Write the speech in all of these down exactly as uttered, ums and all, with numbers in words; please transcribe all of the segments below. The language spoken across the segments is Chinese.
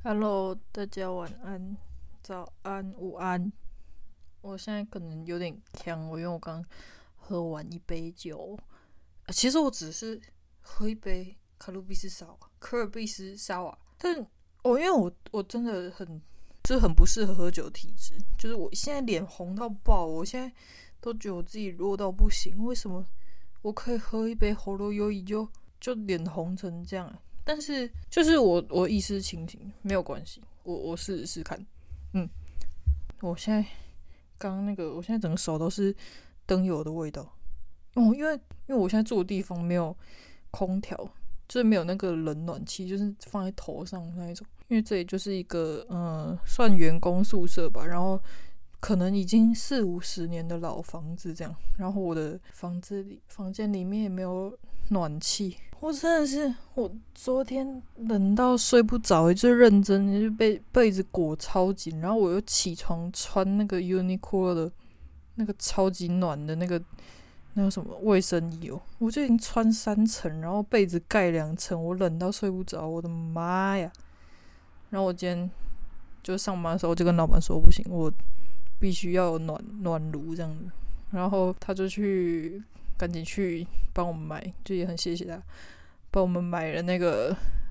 Hello，大家晚安、早安、午安。我现在可能有点呛，因为我刚喝完一杯酒。呃其实我只是喝一杯卡路比斯沙瓦，科尔必斯沙瓦。但我、哦、因为我我真的很就是很不适合喝酒的体质，就是我现在脸红到爆，我现在都觉得我自己弱到不行。为什么我可以喝一杯喉咙优饮就就脸红成这样？但是就是我我意识清醒，没有关系，我我试试看。嗯，我现在刚刚那个，我现在整个手都是灯油的味道。哦，因为因为我现在住的地方没有空调，就是没有那个冷暖气，就是放在头上那一种。因为这里就是一个呃算员工宿舍吧，然后可能已经四五十年的老房子这样，然后我的房子里房间里面也没有暖气。我真的是，我昨天冷到睡不着，就认真就被被子裹超紧，然后我又起床穿那个 Uniqlo 的那个超级暖的那个那个什么卫生衣哦，我就已经穿三层，然后被子盖两层，我冷到睡不着，我的妈呀！然后我今天就上班的时候就跟老板说不行，我必须要有暖暖炉这样子，然后他就去赶紧去帮我们买，就也很谢谢他帮我们买了那个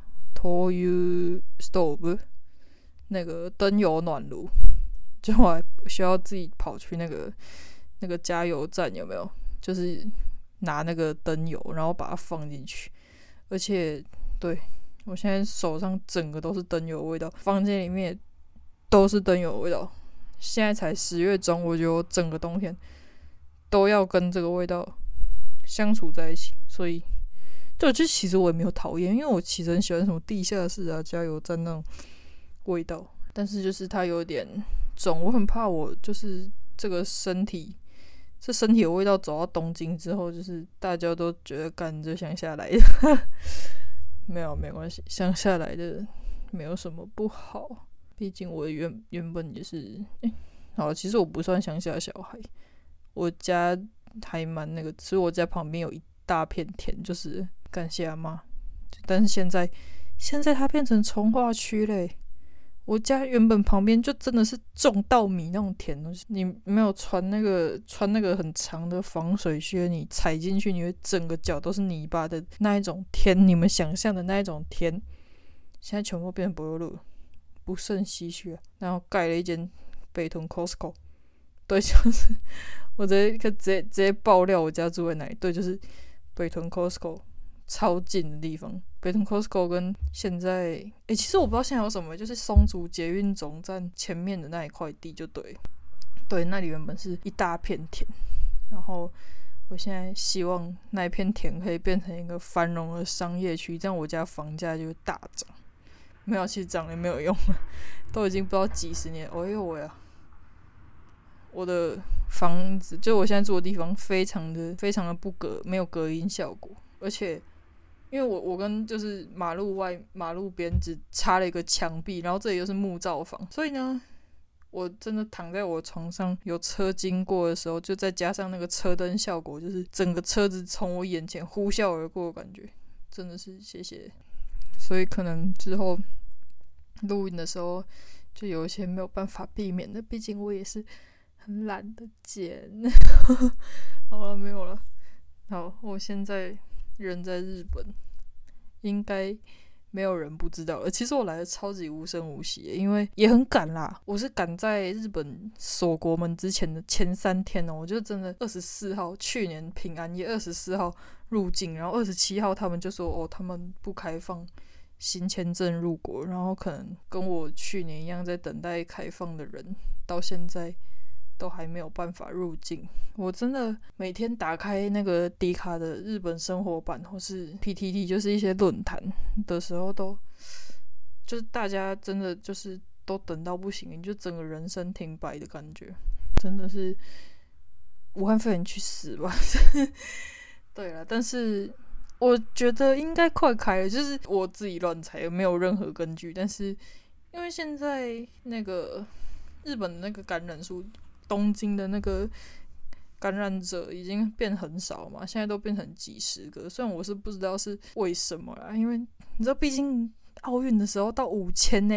Toyo Stove 那个灯油暖炉，就我还需要自己跑去那个那个加油站有没有，就是拿那个灯油然后把它放进去，而且对我现在手上整个都是灯油味道，房间里面都是灯油味道。现在才十月中，我觉得我整个冬天都要跟这个味道相处在一起，所以对，就其实我也没有讨厌，因为我其实很喜欢什么地下室啊、加油站那种味道，但是就是它有点重，我很怕我就是这个身体，这身体的味道走到东京之后，就是大家都觉得干这乡下来的，没有没关系，乡下来的没有什么不好，毕竟我原原本也是，欸，好，其实我不算乡下小孩，我家还蛮那个，其实我家旁边有一大片田，就是感谢阿妈。但是现在，现在它变成从化区嘞。我家原本旁边就真的是种稻米那种田，你没有穿那个穿那个很长的防水靴，你踩进去，你会整个脚都是泥巴的那一种田，你们想象的那一种田，现在全部变成柏油路，不胜唏嘘啊。然后盖了一间北屯 Costco， 对，就是我直接直接直接爆料我家住在哪里，对，就是北屯 Costco。超近的地方，北屯 Costco 跟现在，诶，其实我不知道现在有什么，就是松竹捷运总站前面的那一块地就对，对，那里原本是一大片田，然后我现在希望那一片田可以变成一个繁荣的商业区，这样我家房价就会大涨。没有，其实涨也没有用，都已经不知道几十年，哎呦喂啊！我的房子，就我现在住的地方，非常的非常的不隔，没有隔音效果，而且。因为我我跟就是马路外马路边只插了一个墙壁，然后这里又是木造房，所以呢，我真的躺在我床上，有车经过的时候，就再加上那个车灯效果，就是整个车子从我眼前呼啸而过的感觉，真的是谢谢。所以可能之后录音的时候，就有一些没有办法避免的，毕竟我也是很懒得剪。好了，没有了。好，我现在人在日本，应该没有人不知道了。其实我来的超级无声无息，因为也很赶啦。我是赶在日本锁国门之前的前三天哦，我就真的二十四号去年平安夜二十四号入境，然后二十七号他们就说哦，他们不开放新签证入国，然后可能跟我去年一样在等待开放的人，到现在都还没有办法入境。我真的每天打开那个迪卡的日本生活版或是 P T T， 就是一些论坛的时候都，就是大家真的就是都等到不行，你就整个人生停摆的感觉，真的是武汉肺炎去死吧。对啦，但是我觉得应该快开了，就是我自己乱猜，没有任何根据，但是因为现在那个日本的那个感染数，东京的那个感染者已经变很少嘛，现在都变成几十个。虽然我是不知道是为什么啦，因为你知道，毕竟奥运的时候到五千呢，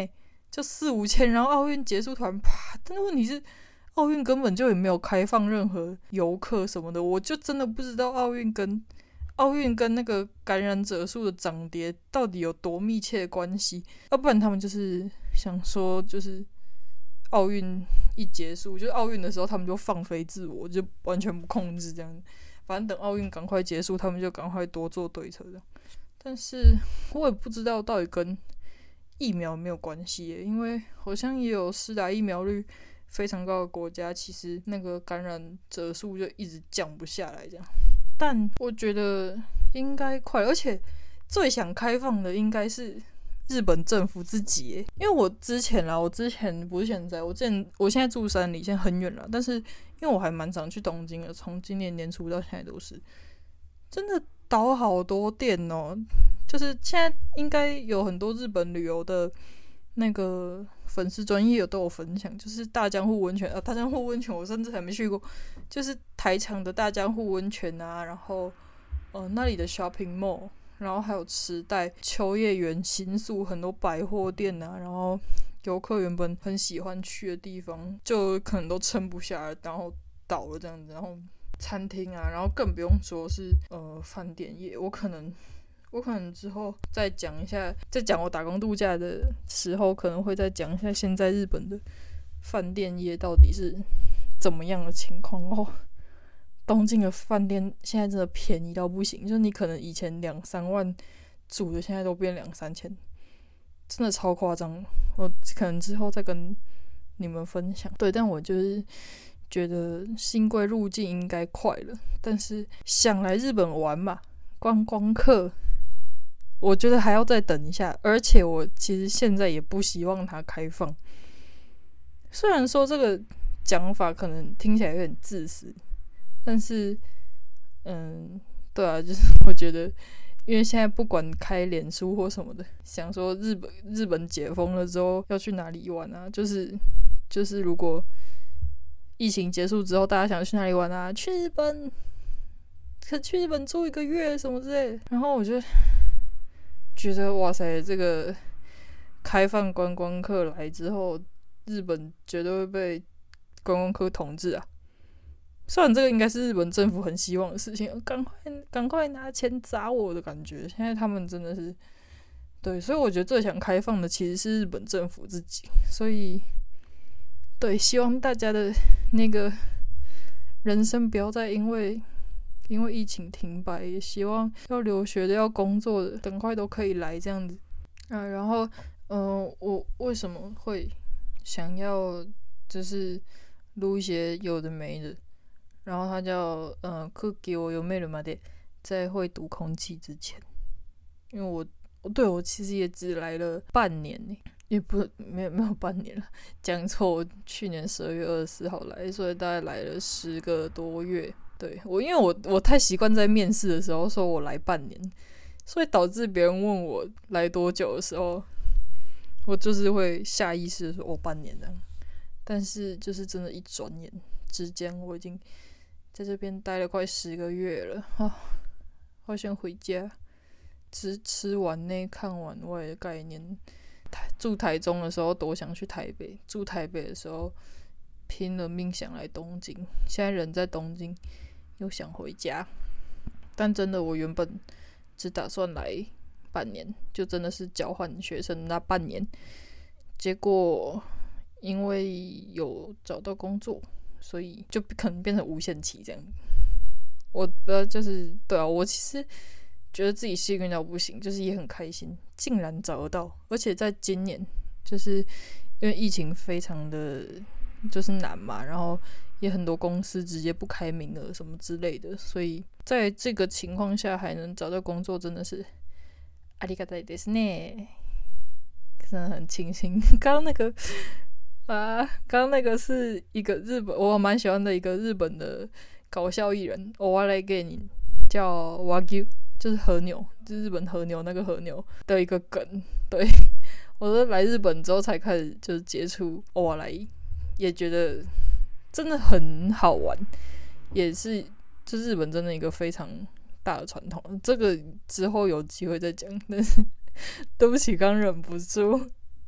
就四五千，然后奥运结束突然啪，但是问题是奥运根本就也没有开放任何游客什么的，我就真的不知道奥运跟奥运跟那个感染者数的涨跌到底有多密切的关系，要不然他们就是想说就是奥运一结束，就是奥运的时候他们就放飞自我，就完全不控制这样，反正等奥运赶快结束，他们就赶快多做对策这样。但是我也不知道到底跟疫苗没有关系耶，因为好像也有施打疫苗率非常高的国家，其实那个感染者数就一直降不下来这样。但我觉得应该快，而且最想开放的应该是日本政府自己耶，因为我之前啦，我之前不是现在，我之前我现在住山里，现在很远啦，但是因为我还蛮常去东京的，从今年年初到现在都是，真的倒好多店哦，就是现在应该有很多日本旅游的那个粉丝专页都有分享，就是大江户温泉啊，大江户温泉我甚至还没去过，就是台场的大江户温泉啊，然后呃那里的 shopping mall， 然后还有池袋、秋叶原、新宿很多百货店啊，然后游客原本很喜欢去的地方，就可能都撑不下来，然后倒了这样子，然后餐厅啊，然后更不用说是呃饭店业，我可能。我可能之后再讲一下，在讲我打工度假的时候，可能会再讲一下现在日本的饭店业到底是怎么样的情况哦。东京的饭店现在真的便宜到不行，就是你可能以前两三万住的，现在都变两三千，真的超夸张。我可能之后再跟你们分享。对，但我就是觉得新规入境应该快了，但是想来日本玩嘛，观光客。我觉得还要再等一下，而且我其实现在也不希望它开放。虽然说这个讲法可能听起来有点自私，但是，嗯，对啊，就是我觉得，因为现在不管开脸书或什么的，想说日本日本解封了之后要去哪里玩啊？就是就是如果疫情结束之后，大家想去哪里玩啊？去日本，可去日本住一个月什么之类的。然后我就觉得哇塞，这个开放观光客来之后，日本绝对会被观光客统治啊！虽然这个应该是日本政府很希望的事情，赶快赶快拿钱砸我的感觉。现在他们真的是对，所以我觉得最想开放的其实是日本政府自己。所以对，希望大家的那个人生不要再因为。因为疫情停摆，也希望要留学的、要工作的，赶快都可以来这样子啊。然后，嗯、呃，我为什么会想要就是录一些有的没的？然后他叫呃，Cookie 我有没了嘛的，在会读空气之前，因为我对我其实也只来了半年呢，也不没有没有半年了，讲错，我去年十二月二十四号来，所以大概来了十个多月。对我，因为我我太习惯在面试的时候说我来半年，所以导致别人问我来多久的时候，我就是会下意识的说我、哦、半年这样。但是就是真的，一转眼之间，我已经在这边待了快十个月了啊！好想回家，只吃完内看完外的概念。台住台中的时候多想去台北，住台北的时候拼了命想来东京，现在人在东京。又想回家，但真的我原本只打算来半年，就真的是交换学生那半年，结果因为有找到工作，所以就可能变成无限期这样。我呃就是对啊，我其实觉得自己幸运到不行，就是也很开心，竟然找得到，而且在今年，就是因为疫情非常的就是难嘛，然后。也很多公司直接不开名额什么之类的，所以在这个情况下还能找到工作，真的是ありがたいですね，真的很庆幸。刚刚那个啊，刚刚那个是一个日本，我蛮喜欢的一个日本的搞笑艺人，お笑い芸人叫和牛，就是和牛，就是日本和牛那个和牛的一个梗。对，我是来日本之后才开始就是接触お笑い，也觉得。真的很好玩，也是就日本真的一个非常大的传统。这个之后有机会再讲，但是对不起，刚忍不住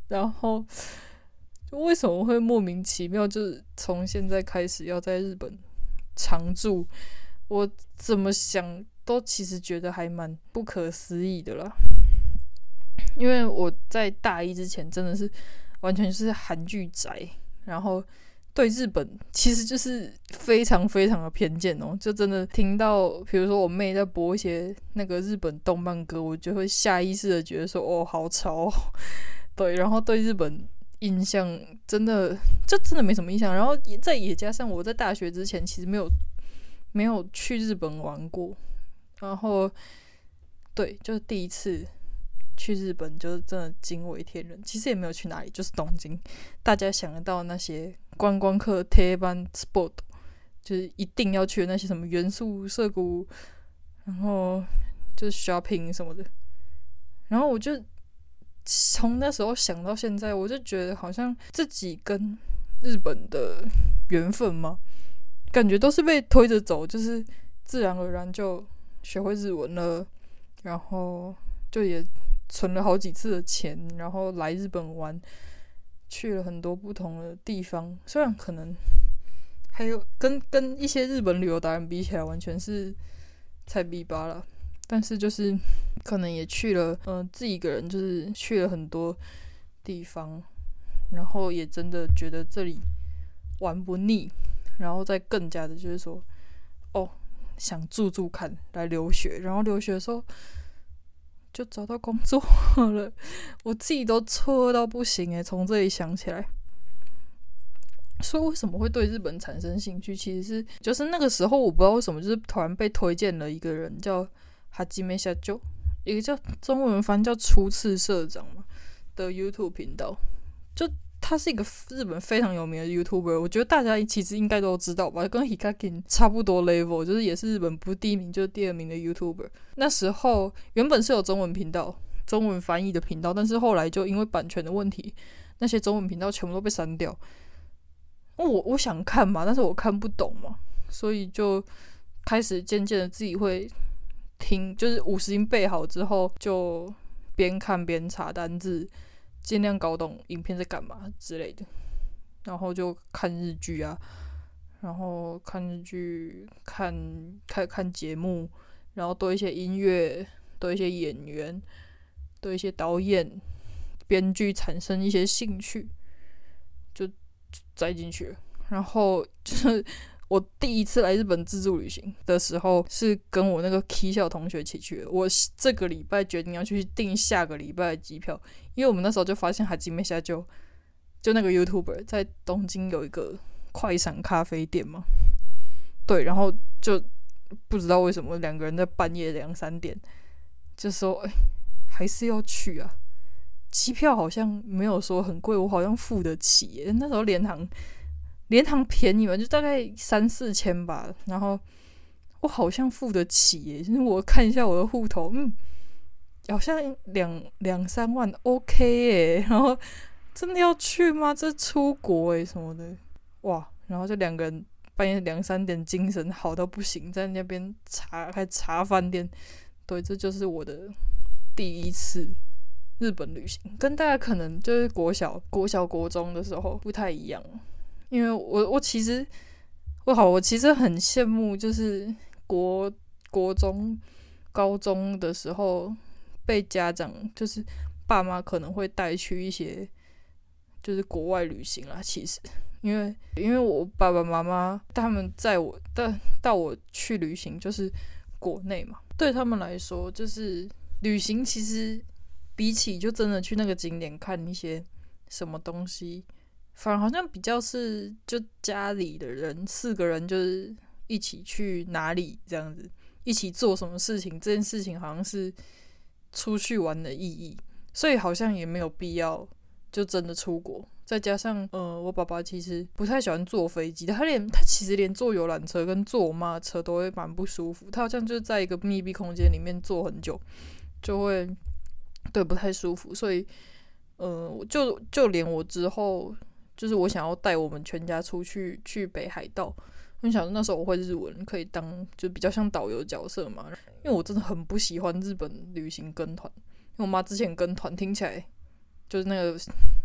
然后为什么会莫名其妙就是从现在开始要在日本常住，我怎么想都其实觉得还蛮不可思议的啦。因为我在大一之前真的是完全就是韩剧宅，然后对日本其实就是非常非常的偏见哦，就真的听到比如说我妹在播一些那个日本动漫歌，我就会下意识的觉得说哦好吵哦，对，然后对日本印象真的就真的没什么印象，然后再也加上我在大学之前其实没有没有去日本玩过，然后对，就是第一次去日本就是真的惊为天人，其实也没有去哪里，就是东京，大家想得到那些观光客定番 spot， 就是一定要去的那些什么元素涩谷，然后就是 shopping 什么的，然后我就从那时候想到现在，我就觉得好像自己跟日本的缘分嘛，感觉都是被推着走，就是自然而然就学会日文了，然后就也存了好几次的钱，然后来日本玩，去了很多不同的地方。虽然可能还有跟跟一些日本旅游达人比起来，完全是菜逼吧啦，但是就是可能也去了，呃，自己一个人就是去了很多地方，然后也真的觉得这里玩不腻，然后再更加的就是说，哦，想住住看，来留学，然后留学的时候就找到工作了，我自己都错到不行诶，从这里想起来。说为什么会对日本产生兴趣，其实是就是那个时候我不知道为什么，就是突然被推荐了一个人叫哈基梅夏就，一个叫中文翻叫初次社长嘛的 YouTube 频道，就他是一个日本非常有名的 YouTuber， 我觉得大家其实应该都知道吧，跟 Hikakin 差不多 level， 就是也是日本不是第一名就是第二名的 YouTuber。 那时候原本是有中文频道，中文翻译的频道，但是后来就因为版权的问题，那些中文频道全部都被删掉。我我想看嘛，但是我看不懂嘛，所以就开始渐渐的自己会听，就是五十音背好之后，就边看边查单字，尽量搞懂影片在干嘛之类的，然后就看日剧啊，然后看日剧，看看看节目，然后对一些音乐，对一些演员，对一些导演、编剧产生一些兴趣，就栽进去了。然后就是我第一次来日本自助旅行的时候，是跟我那个 K 校同学一起去的。我这个礼拜决定要去订下个礼拜的机票，因为我们那时候就发现哈基梅夏就就那个 YouTuber 在东京有一个快闪咖啡店嘛，对，然后就不知道为什么两个人在半夜两三点就说，哎，还是要去啊。机票好像没有说很贵，我好像付得起耶。那时候联航联航便宜嘛，就大概三四千吧，然后我好像付得起耶。就是我看一下我的户头，嗯，好像两两三万 OK 耶。然后真的要去吗？这出国耶什么的，哇！然后就两个人半夜两三点，精神好到不行，在那边查还查饭店。对，这就是我的第一次日本旅行，跟大家可能就是国小、国小、国中的时候不太一样，因为我我其实我好，我其实很羡慕，就是国国中、高中的时候被家长就是爸妈可能会带去一些就是国外旅行啦。其实因为因为我爸爸妈妈他们在我带到我去旅行就是国内嘛，对他们来说就是旅行其实比起就真的去那个景点看一些什么东西，反而好像比较是就家里的人四个人就是一起去哪里这样子，一起做什么事情，这件事情好像是出去玩的意义，所以好像也没有必要就真的出国。再加上呃，我爸爸其实不太喜欢坐飞机的，他连他其实连坐游览车跟坐我妈的车都会蛮不舒服，他好像就是在一个密闭空间里面坐很久就会对不太舒服，所以呃，就就连我之后就是我想要带我们全家出去去北海道，我想那时候我会日文，可以当就比较像导游角色嘛，因为我真的很不喜欢日本旅行跟团，因为我妈之前跟团听起来就是那个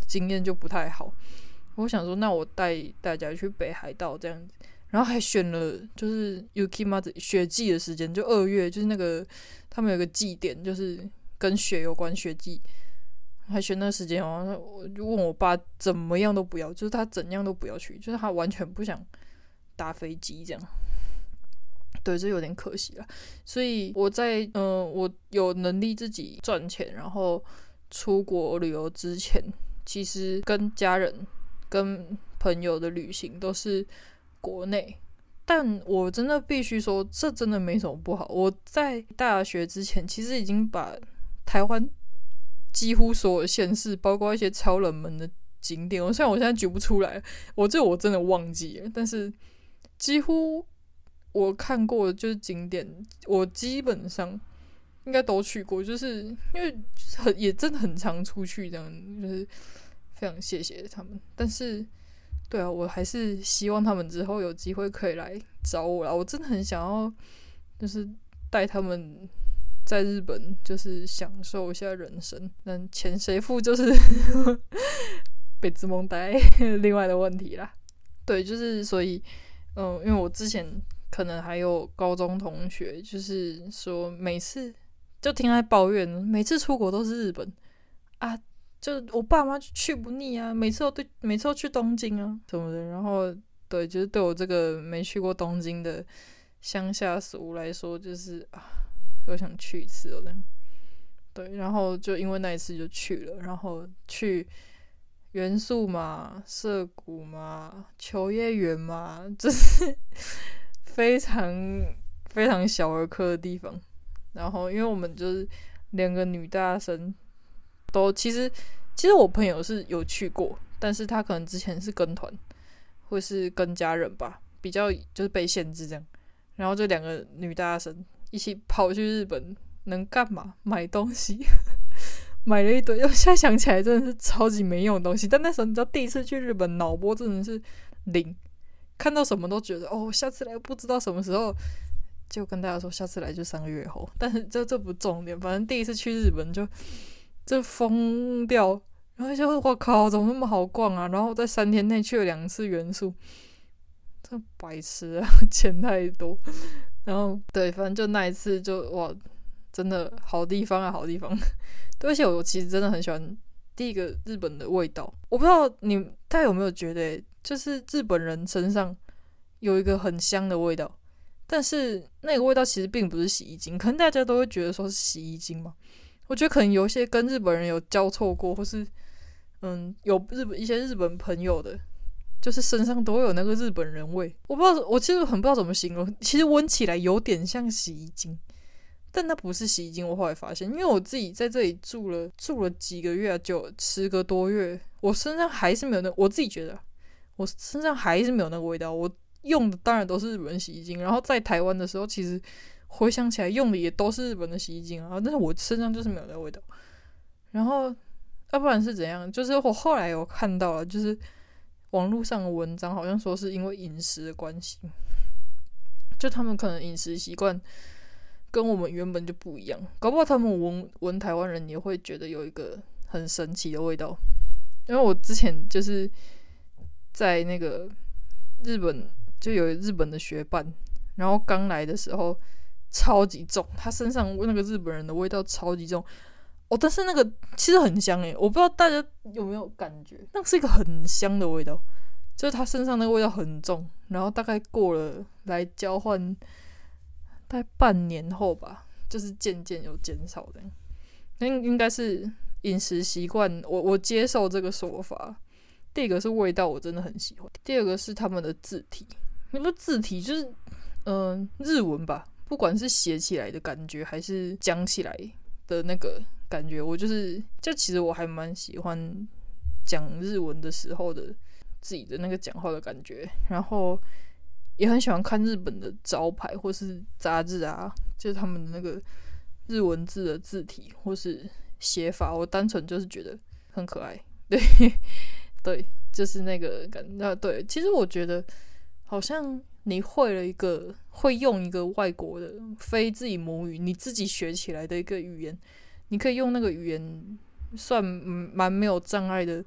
经验就不太好。我想说，那我带大家去北海道这样子，然后还选了就是 Yukimazu 雪季的时间，就二月，就是那个他们有个祭典，就是跟雪有关雪季，还选那个时间哦。我就问我爸怎么样都不要，就是他怎样都不要去，就是他完全不想搭飞机这样。对，这有点可惜了。所以我在嗯、呃，我有能力自己赚钱，然后出国旅游之前，其实跟家人、跟朋友的旅行都是国内。但我真的必须说，这真的没什么不好。我在大学之前，其实已经把台湾几乎所有县市，包括一些超冷门的景点，我虽然我现在举不出来，我这我真的忘记了，但是几乎我看过的就是景点，我基本上应该都去过，就是因为就是很也真的很常出去，这样就是非常谢谢他们。但是，对啊，我还是希望他们之后有机会可以来找我啦。我真的很想要，就是带他们在日本，就是享受一下人生。但钱谁付，就是被自蒙呆另外的问题啦。对，就是所以，嗯，因为我之前。可能还有高中同学，就是说每次就听他抱怨，每次出国都是日本啊，就我爸妈去不腻啊，每次都对，每次都去东京啊什么的。然后对，就是对我这个没去过东京的乡下俗来说，就是啊，我想去一次哦这样。对，然后就因为那一次就去了，然后去元素嘛、涩谷嘛、秋叶原嘛，就是非常非常小儿科的地方。然后因为我们就是两个女大生都其实其实我朋友是有去过，但是他可能之前是跟团或是跟家人吧，比较就是被限制这样。然后就两个女大生一起跑去日本，能干嘛？买东西买了一堆，我现在想起来真的是超级没用的东西。但那时候你知道第一次去日本，脑波真的是零，看到什么都觉得哦，下次来不知道什么时候，就跟大家说下次来就三个月后。但是这这不重点，反正第一次去日本就就疯掉，然后就我靠，怎么那么好逛啊？然后在三天内去了两次元素，真白痴啊，钱太多。然后对，反正就那一次就哇，真的好地方啊，好地方。对，而且我其实真的很喜欢第一个日本的味道。我不知道你大家有没有觉得、欸，就是日本人身上有一个很香的味道，但是那个味道其实并不是洗衣精，可能大家都会觉得说是洗衣精嘛。我觉得可能有一些跟日本人有交错过，或是嗯有日本一些日本朋友的，就是身上都会有那个日本人味。我不知道，我其实很不知道怎么形容，其实闻起来有点像洗衣精。但那不是洗衣精，我后来发现，因为我自己在这里住了住了几个月啊，就十个多月，我身上还是没有那，我自己觉得我身上还是没有那个味道。我用的当然都是日本洗衣精，然后在台湾的时候，其实回想起来用的也都是日本的洗衣精啊，但是我身上就是没有那个味道。然后要不然是怎样？就是我后来有看到了，就是网络上的文章好像说是因为饮食的关系，就他们可能饮食习惯跟我们原本就不一样，搞不好他们闻闻台湾人也会觉得有一个很神奇的味道。因为我之前就是在那个日本，就有日本的学伴，然后刚来的时候超级重，他身上那个日本人的味道超级重哦，但是那个其实很香诶，我不知道大家有没有感觉，那是一个很香的味道，就是他身上那个味道很重，然后大概过了来交换。大概半年后吧，就是渐渐有减少的。那应该是饮食习惯，我我接受这个说法。第一个是味道，我真的很喜欢；第二个是他们的字体，那个字体就是嗯、呃、日文吧，不管是写起来的感觉还是讲起来的那个感觉，我就是就其实我还蛮喜欢讲日文的时候的自己的那个讲话的感觉，然后。也很喜欢看日本的招牌或是杂志啊，就是他们的那个日文字的字体或是写法，我单纯就是觉得很可爱。对对，就是那个感觉。对，其实我觉得好像你会了一个会用一个外国的非自己母语，你自己学起来的一个语言，你可以用那个语言算蛮没有障碍的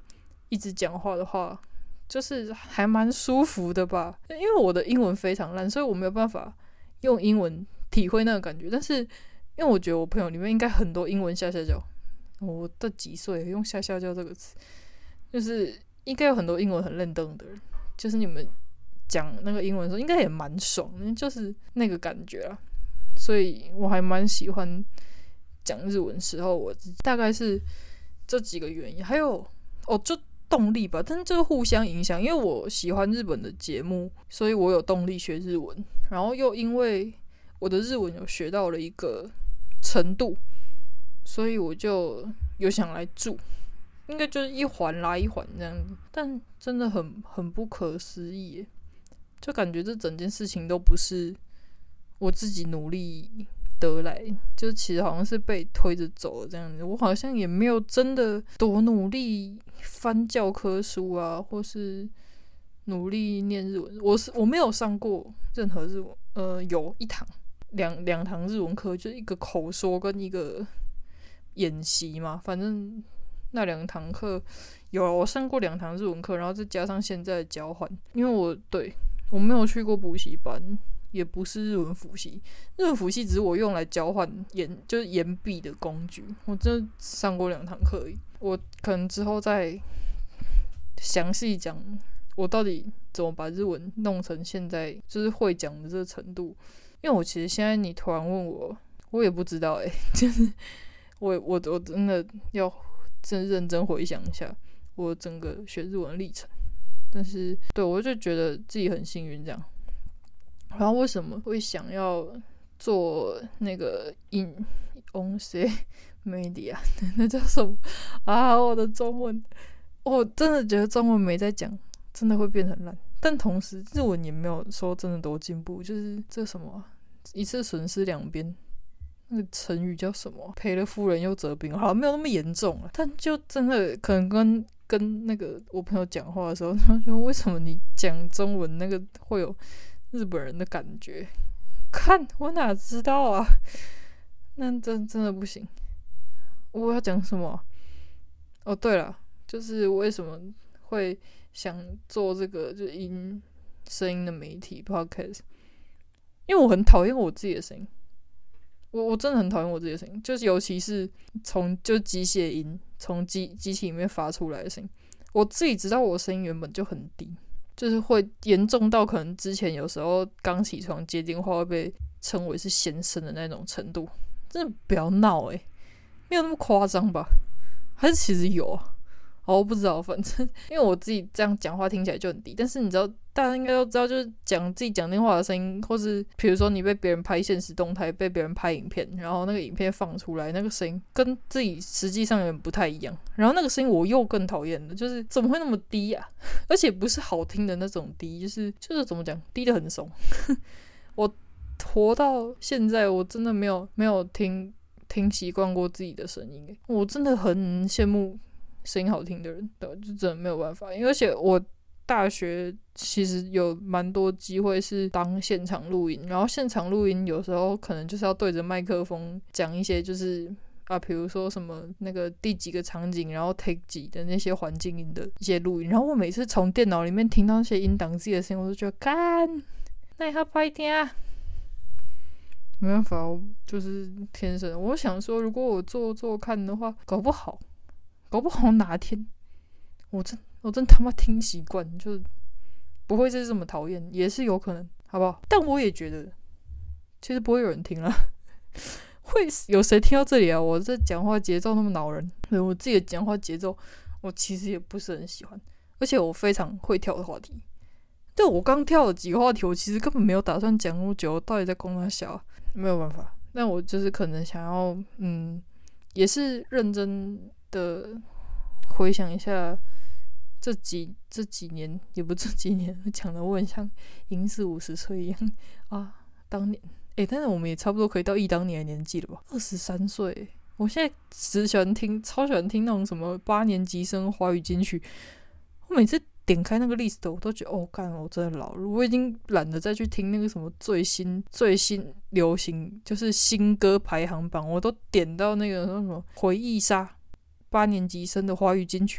一直讲话的话，就是还蛮舒服的吧。因为我的英文非常烂，所以我没有办法用英文体会那个感觉。但是因为我觉得我朋友里面应该很多英文下下教，我的几岁用下下教这个词，就是应该有很多英文很认真的人，就是你们讲那个英文的时候应该也蛮爽的，就是那个感觉啦。所以我还蛮喜欢讲日文时候，我大概是这几个原因，还有哦就动力吧，但是这个互相影响，因为我喜欢日本的节目，所以我有动力学日文，然后又因为我的日文有学到了一个程度，所以我就有想来住，应该就是一环拉一环这样子，但真的很很不可思议耶，就感觉这整件事情都不是我自己努力得来，就其实好像是被推着走的这样子。我好像也没有真的多努力翻教科书啊，或是努力念日文。我是我没有上过任何日文，呃，有一堂两两堂日文课，就是一个口说跟一个演习嘛，反正那两堂课有我上过两堂日文课，然后再加上现在的交换，因为我对我没有去过补习班。也不是日文辅系，日文辅系只是我用来交换延就是延毕的工具。我真的上过两堂课而已，我可能之后再详细讲我到底怎么把日文弄成现在就是会讲的这个程度。因为我其实现在你突然问我，我也不知道欸，就是我我我真的要真认真回想一下我整个学日文的历程。但是对我就觉得自己很幸运这样。然后为什么会想要做那个音音声 media 那叫什么啊？我的中文，我真的觉得中文没在讲，真的会变很烂。但同时日文也没有说真的多进步，就是这什么、啊、一次损失两边，那个成语叫什么？赔了夫人又折兵，好像没有那么严重啊。但就真的可能跟跟那个我朋友讲话的时候，他说为什么你讲中文那个会有日本人的感觉？看我哪知道啊，那真真的不行。我要讲什么、啊？哦，对了，就是为什么会想做这个就音声音的媒体 podcast？ 因为我很讨厌我自己的声音，我我真的很讨厌我自己的声音，就是尤其是从就机械音从机机器里面发出来的声音，我自己知道我声音原本就很低。就是会严重到可能之前有时候刚起床接电话会被称为是先生的那种程度，真的不要闹欸，没有那么夸张吧？还是其实有啊？哦，我不知道，反正因为我自己这样讲话听起来就很低，但是你知道，大家应该都知道，就是讲自己讲电话的声音，或是比如说你被别人拍现实动态，被别人拍影片，然后那个影片放出来，那个声音跟自己实际上有点不太一样，然后那个声音我又更讨厌了，就是怎么会那么低啊？而且不是好听的那种低，就是就是怎么讲，低得很怂。我活到现在，我真的没有没有听听习惯过自己的声音，我真的很羡慕声音好听的人，对，就真的没有办法。因为而且我大学其实有蛮多机会是当现场录音，然后现场录音有时候可能就是要对着麦克风讲一些就是啊，比如说什么那个第几个场景，然后 take 几的那些环境音的一些录音，然后我每次从电脑里面听到那些音档自己的声音，我就觉得干，那也好不爱听啊。没办法，我就是天生。我想说，如果我做做看的话，搞不好，搞不好哪天我真我真他妈听习惯，就不会再这么讨厌，也是有可能，好不好？但我也觉得，其实不会有人听了。会有谁听到这里啊？我这讲话节奏那么恼人，对我自己的讲话节奏，我其实也不是很喜欢，而且我非常会跳的话题。对，我刚跳了几个话题，我其实根本没有打算讲那么久，到底在供他笑，没有办法。但我就是可能想要，嗯，也是认真的回想一下这几这几年，也不这几年，讲的我很像银四五十岁一样啊，当年。欸，但是我们也差不多可以到忆当年的年纪了吧？二十三岁，我现在只喜欢听，超喜欢听那种什么八年级生华语金曲。我每次点开那个 list， 我都觉得哦，干，我真的老了。我已经懒得再去听那个什么最新最新流行，就是新歌排行榜，我都点到那个什么回忆杀八年级生的华语金曲。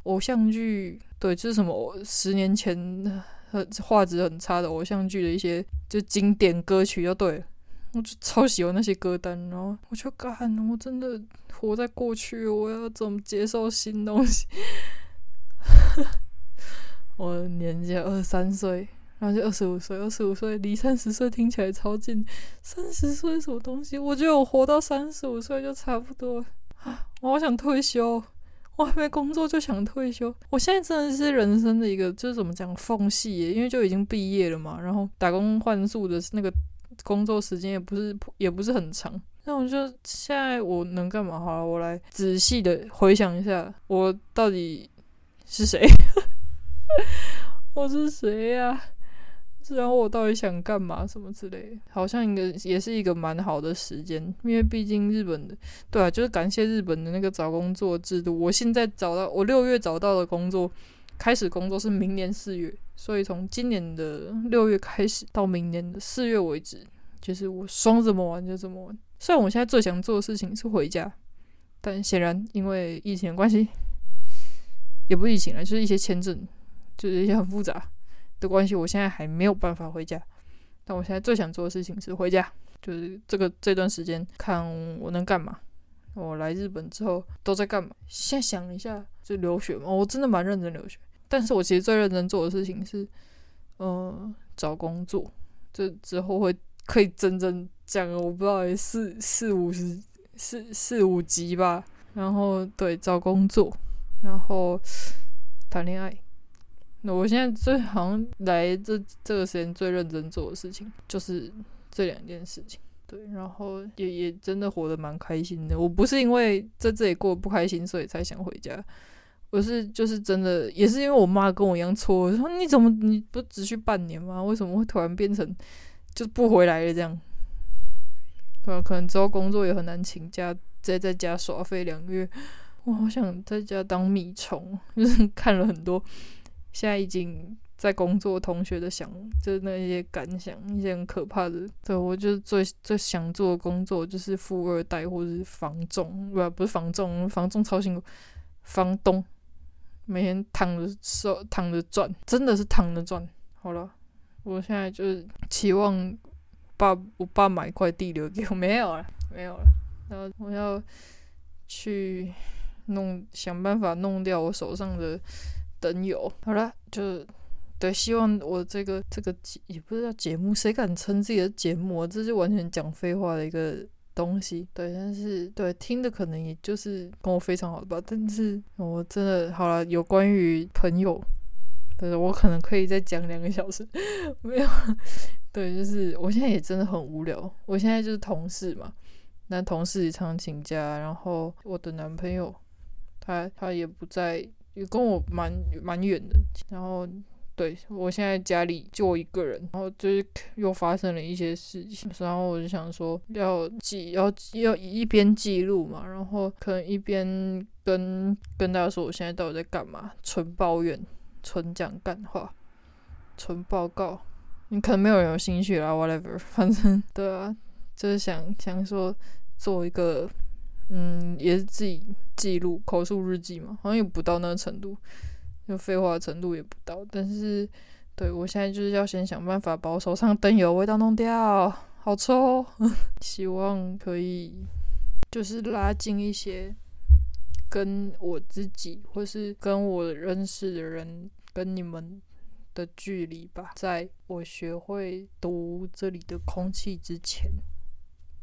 偶像剧，对，就是什么十年前画质很差的偶像剧的一些就经典歌曲就对了，我就超喜欢那些歌单，然后我就干，我真的活在过去，我要怎么接受新东西？我的年纪二十三岁，然后就二十五岁，二十五岁离三十岁听起来超近，三十岁什么东西？我觉得我活到三十五岁就差不多了啊！我好想退休，我还没工作就想退休。我现在真的是人生的一个就是怎么讲缝隙耶，因为就已经毕业了嘛，然后打工换宿的那个工作时间也不是也不是很长。那我就现在我能干嘛？好了，我来仔细的回想一下，我到底是谁？我是谁呀、啊？然后我到底想干嘛什么之类的，好像一个也是一个蛮好的时间，因为毕竟日本的，对啊，就是感谢日本的那个找工作制度。我现在找到，我六月找到的工作，开始工作是明年四月，所以从今年的六月开始到明年的四月为止，就是我爽怎么玩就怎么玩。虽然我现在最想做的事情是回家，但显然因为疫情的关系，也不是疫情啦，就是一些签证，就是一些很复杂的关系，我现在还没有办法回家。但我现在最想做的事情是回家，就是这个这段时间看我能干嘛。我来日本之后都在干嘛？现在想一下，就留学嘛，我真的蛮认真留学。但是我其实最认真做的事情是，呃，找工作。这之后会可以真正讲，我不知道四四五十四四五集吧。然后对，找工作，然后谈恋爱。那我现在最好像来这这个时间最认真做的事情就是这两件事情，对，然后也也真的活得蛮开心的。我不是因为在这里过得不开心所以才想回家，我是就是真的也是因为我妈跟我一样错，说你怎么你不只去半年吗？为什么会突然变成就不回来了这样？对啊，可能之后工作也很难请假，再在家耍废两个月。我好想在家当米虫，就是看了很多。现在已经在工作同学的想，就是那些感想，一些很可怕的。对，我就最最想做的工作就是富二代或者是房仲，不不是房仲，房仲超辛苦，房东每天躺着收躺着赚，真的是躺着赚。好了，我现在就是期望爸我爸买一块地留给我，没有了，没有了。然后我要去弄想办法弄掉我手上的灯油。好了，就对，希望我这个这个也不是叫节目，谁敢称自己的节目啊？这就完全讲废话的一个东西。对，但是对听的可能也就是跟我非常好的吧。但是我真的好了，有关于朋友，对，我可能可以再讲两个小时，没有。对，就是我现在也真的很无聊。我现在就是同事嘛，但同事也常常请假，然后我的男朋友他他也不在。也跟我蛮蛮远的，然后对我现在家里就我一个人，然后就是又发生了一些事情，然后我就想说要记要要一边记录嘛，然后可能一边跟跟大家说我现在到底在干嘛，纯抱怨，纯讲干话，纯报告，你可能没有人有兴趣啦 ，whatever， 反正对啊，就是想想说做一个。嗯，也是自己记录口述日记嘛，好像也不到那个程度，就废话的程度也不到。但是，对我现在就是要先想办法把我手上灯油味道弄掉，好臭。希望可以就是拉近一些跟我自己或是跟我认识的人跟你们的距离吧，在我学会读这里的空气之前。